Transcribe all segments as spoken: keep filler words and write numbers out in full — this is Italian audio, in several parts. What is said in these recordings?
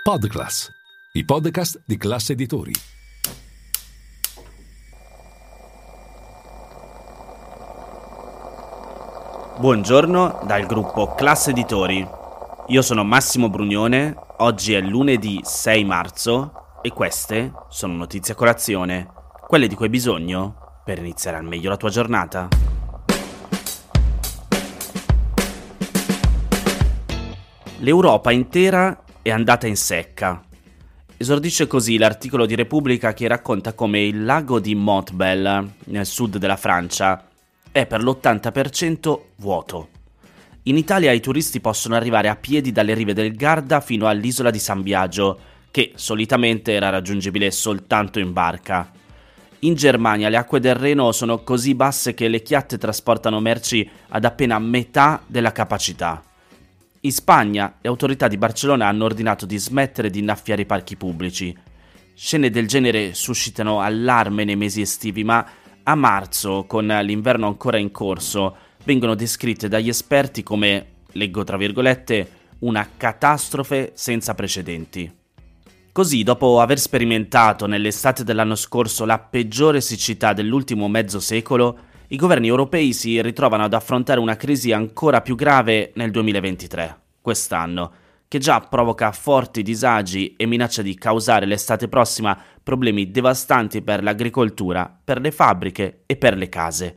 Podclass, i podcast di Classe Editori. Buongiorno dal gruppo Classe Editori. Io sono Massimo Brugnone, oggi è lunedì sei marzo e queste sono notizie a colazione, quelle di cui hai bisogno per iniziare al meglio la tua giornata. L'Europa intera è andata in secca. Esordisce così l'articolo di Repubblica che racconta come il lago di Montbel, nel sud della Francia, è per l'ottanta per cento vuoto. In Italia i turisti possono arrivare a piedi dalle rive del Garda fino all'isola di San Biagio, che solitamente era raggiungibile soltanto in barca. In Germania le acque del Reno sono così basse che le chiatte trasportano merci ad appena metà della capacità. In Spagna le autorità di Barcellona hanno ordinato di smettere di innaffiare i parchi pubblici. Scene del genere suscitano allarme nei mesi estivi, ma a marzo, con l'inverno ancora in corso, vengono descritte dagli esperti come, leggo tra virgolette, una catastrofe senza precedenti. Così, dopo aver sperimentato nell'estate dell'anno scorso la peggiore siccità dell'ultimo mezzo secolo, i governi europei si ritrovano ad affrontare una crisi ancora più grave nel duemilaventitré, quest'anno, che già provoca forti disagi e minaccia di causare l'estate prossima problemi devastanti per l'agricoltura, per le fabbriche e per le case.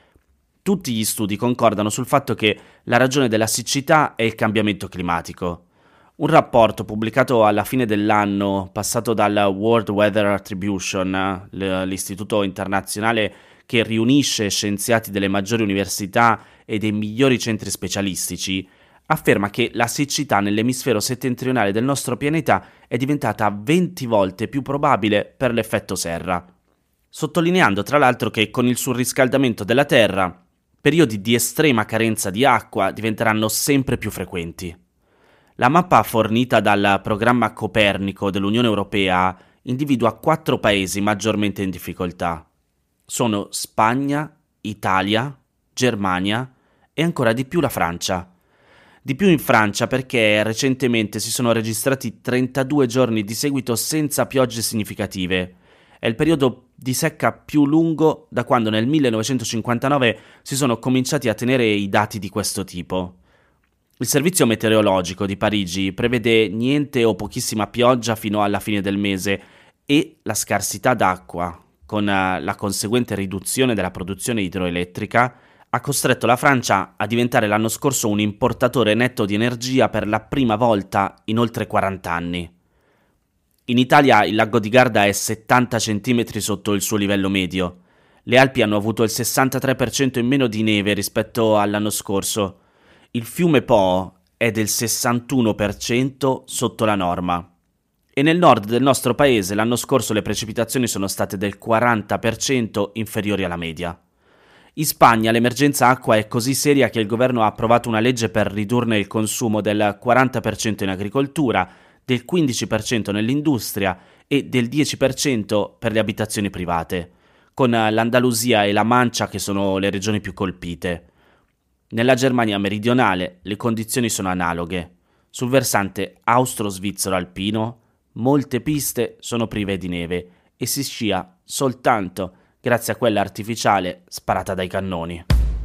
Tutti gli studi concordano sul fatto che la ragione della siccità è il cambiamento climatico. Un rapporto pubblicato alla fine dell'anno, passato dal World Weather Attribution, l'istituto internazionale che riunisce scienziati delle maggiori università e dei migliori centri specialistici, afferma che la siccità nell'emisfero settentrionale del nostro pianeta è diventata venti volte più probabile per l'effetto serra, sottolineando tra l'altro che con il surriscaldamento della Terra, periodi di estrema carenza di acqua diventeranno sempre più frequenti. La mappa fornita dal programma Copernico dell'Unione Europea individua quattro paesi maggiormente in difficoltà. Sono Spagna, Italia, Germania e ancora di più la Francia. Di più in Francia perché recentemente si sono registrati trentadue giorni di seguito senza piogge significative. È il periodo di secca più lungo da quando nel millenovecentocinquantanove si sono cominciati a tenere i dati di questo tipo. Il servizio meteorologico di Parigi prevede niente o pochissima pioggia fino alla fine del mese e la scarsità d'acqua, con la conseguente riduzione della produzione idroelettrica, ha costretto la Francia a diventare l'anno scorso un importatore netto di energia per la prima volta in oltre quaranta anni. In Italia il lago di Garda è settanta centimetri sotto il suo livello medio. Le Alpi hanno avuto il sessantatré per cento in meno di neve rispetto all'anno scorso. Il fiume Po è del sessantuno per cento sotto la norma. E nel nord del nostro paese l'anno scorso le precipitazioni sono state del quaranta per cento inferiori alla media. In Spagna l'emergenza acqua è così seria che il governo ha approvato una legge per ridurne il consumo del quaranta per cento in agricoltura, del quindici per cento nell'industria e del dieci per cento per le abitazioni private, con l'Andalusia e la Mancia che sono le regioni più colpite. Nella Germania meridionale le condizioni sono analoghe. Sul versante austro-svizzero alpino molte piste sono prive di neve e si scia soltanto grazie a quella artificiale sparata dai cannoni.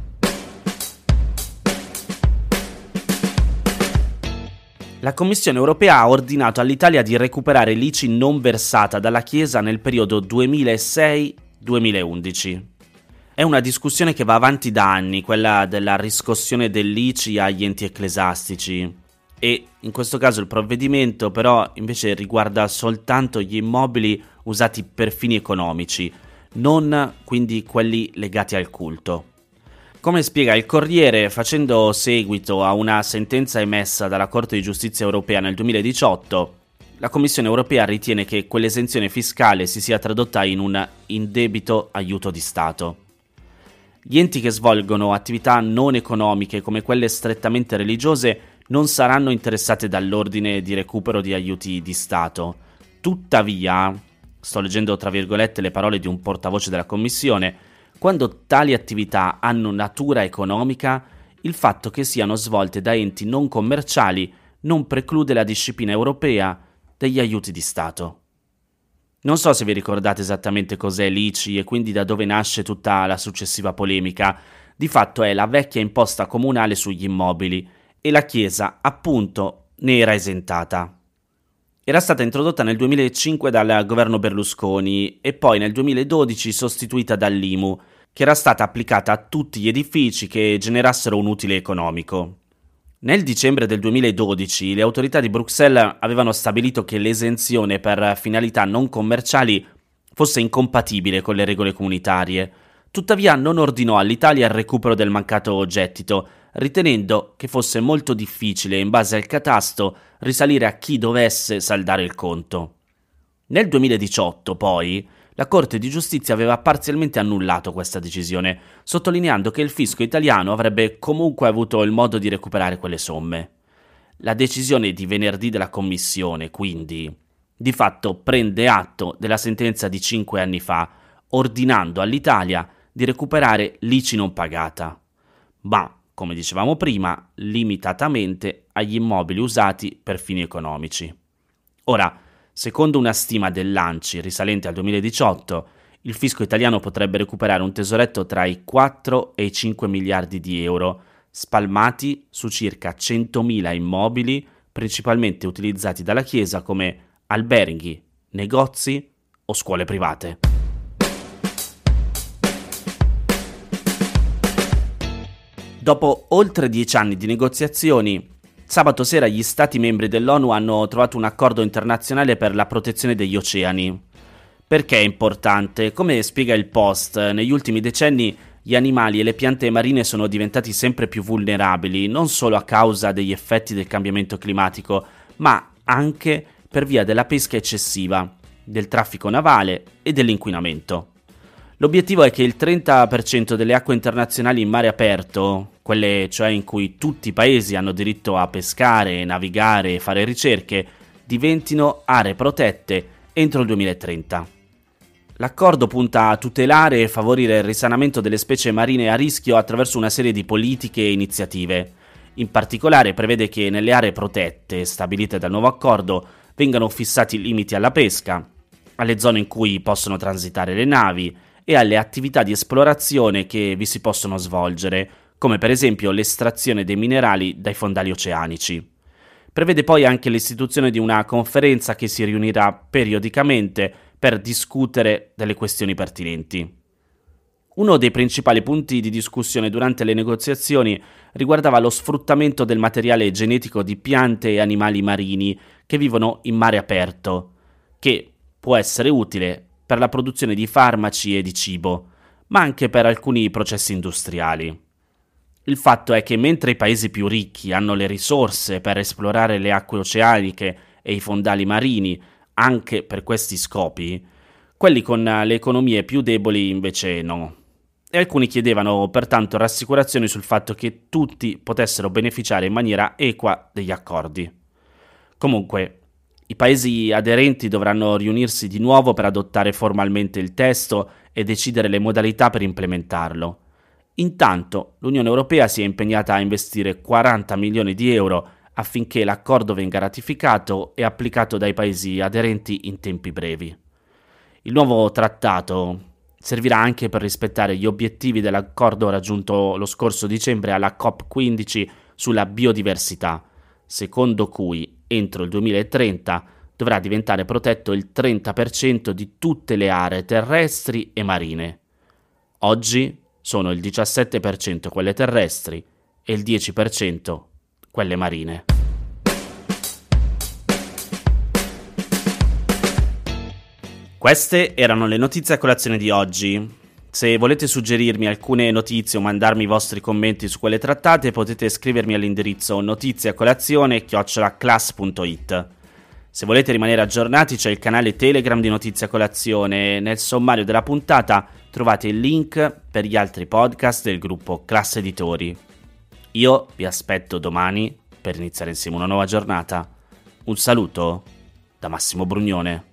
La Commissione europea ha ordinato all'Italia di recuperare l'I C I non versata dalla Chiesa nel periodo duemilasei duemilaundici. È una discussione che va avanti da anni, quella della riscossione dell'I C I agli enti ecclesiastici. E in questo caso il provvedimento però invece riguarda soltanto gli immobili usati per fini economici, non quindi quelli legati al culto. Come spiega il Corriere, facendo seguito a una sentenza emessa dalla Corte di Giustizia europea nel duemiladiciotto, la Commissione europea ritiene che quell'esenzione fiscale si sia tradotta in un indebito aiuto di Stato. Gli enti che svolgono attività non economiche come quelle strettamente religiose non saranno interessate dall'ordine di recupero di aiuti di Stato. Tuttavia, sto leggendo tra virgolette le parole di un portavoce della Commissione, quando tali attività hanno natura economica, il fatto che siano svolte da enti non commerciali non preclude la disciplina europea degli aiuti di Stato. Non so se vi ricordate esattamente cos'è l'I C I e quindi da dove nasce tutta la successiva polemica. Di fatto è la vecchia imposta comunale sugli immobili e la Chiesa, appunto, ne era esentata. Era stata introdotta nel duemilacinque dal governo Berlusconi e poi nel duemiladodici sostituita dall'I M U, che era stata applicata a tutti gli edifici che generassero un utile economico. Nel dicembre del duemiladodici le autorità di Bruxelles avevano stabilito che l'esenzione per finalità non commerciali fosse incompatibile con le regole comunitarie, tuttavia non ordinò all'Italia il recupero del mancato gettito, ritenendo che fosse molto difficile, in base al catasto, risalire a chi dovesse saldare il conto. Nel duemiladiciotto, poi, la Corte di Giustizia aveva parzialmente annullato questa decisione, sottolineando che il fisco italiano avrebbe comunque avuto il modo di recuperare quelle somme. La decisione di venerdì della Commissione, quindi, di fatto prende atto della sentenza di cinque anni fa, ordinando all'Italia di recuperare l'I C I non pagata, ma, come dicevamo prima, limitatamente agli immobili usati per fini economici. Ora, secondo una stima dell'Anci risalente al duemiladiciotto, il fisco italiano potrebbe recuperare un tesoretto tra i quattro e i cinque miliardi di euro, spalmati su circa centomila immobili, principalmente utilizzati dalla Chiesa come alberghi, negozi o scuole private. Dopo oltre dieci anni di negoziazioni, sabato sera gli Stati membri dell'ONU hanno trovato un accordo internazionale per la protezione degli oceani. Perché è importante? Come spiega il Post, negli ultimi decenni gli animali e le piante marine sono diventati sempre più vulnerabili, non solo a causa degli effetti del cambiamento climatico, ma anche per via della pesca eccessiva, del traffico navale e dell'inquinamento. L'obiettivo è che il trenta per cento delle acque internazionali in mare aperto, quelle cioè in cui tutti i paesi hanno diritto a pescare, navigare e fare ricerche, diventino aree protette entro il duemilatrenta. L'accordo punta a tutelare e favorire il risanamento delle specie marine a rischio attraverso una serie di politiche e iniziative. In particolare prevede che nelle aree protette, stabilite dal nuovo accordo, vengano fissati limiti alla pesca, alle zone in cui possono transitare le navi e alle attività di esplorazione che vi si possono svolgere, come per esempio l'estrazione dei minerali dai fondali oceanici. Prevede poi anche l'istituzione di una conferenza che si riunirà periodicamente per discutere delle questioni pertinenti. Uno dei principali punti di discussione durante le negoziazioni riguardava lo sfruttamento del materiale genetico di piante e animali marini che vivono in mare aperto, che può essere utile per la produzione di farmaci e di cibo, ma anche per alcuni processi industriali. Il fatto è che mentre i paesi più ricchi hanno le risorse per esplorare le acque oceaniche e i fondali marini anche per questi scopi, quelli con le economie più deboli invece no. E alcuni chiedevano pertanto rassicurazioni sul fatto che tutti potessero beneficiare in maniera equa degli accordi. Comunque, i paesi aderenti dovranno riunirsi di nuovo per adottare formalmente il testo e decidere le modalità per implementarlo. Intanto, l'Unione Europea si è impegnata a investire quaranta milioni di euro affinché l'accordo venga ratificato e applicato dai paesi aderenti in tempi brevi. Il nuovo trattato servirà anche per rispettare gli obiettivi dell'accordo raggiunto lo scorso dicembre alla COP quindici sulla biodiversità, secondo cui entro il duemilatrenta dovrà diventare protetto il trenta per cento di tutte le aree terrestri e marine. Oggi sono il diciassette per cento quelle terrestri e il dieci per cento quelle marine. Queste erano le notizie a colazione di oggi. Se volete suggerirmi alcune notizie o mandarmi i vostri commenti su quelle trattate, potete scrivermi all'indirizzo notiziacolazione chiocciola class punto it. Se volete rimanere aggiornati c'è il canale Telegram di Notizia Colazione. Nel sommario della puntata trovate il link per gli altri podcast del gruppo Class Editori. Io vi aspetto domani per iniziare insieme una nuova giornata. Un saluto da Massimo Brugnone.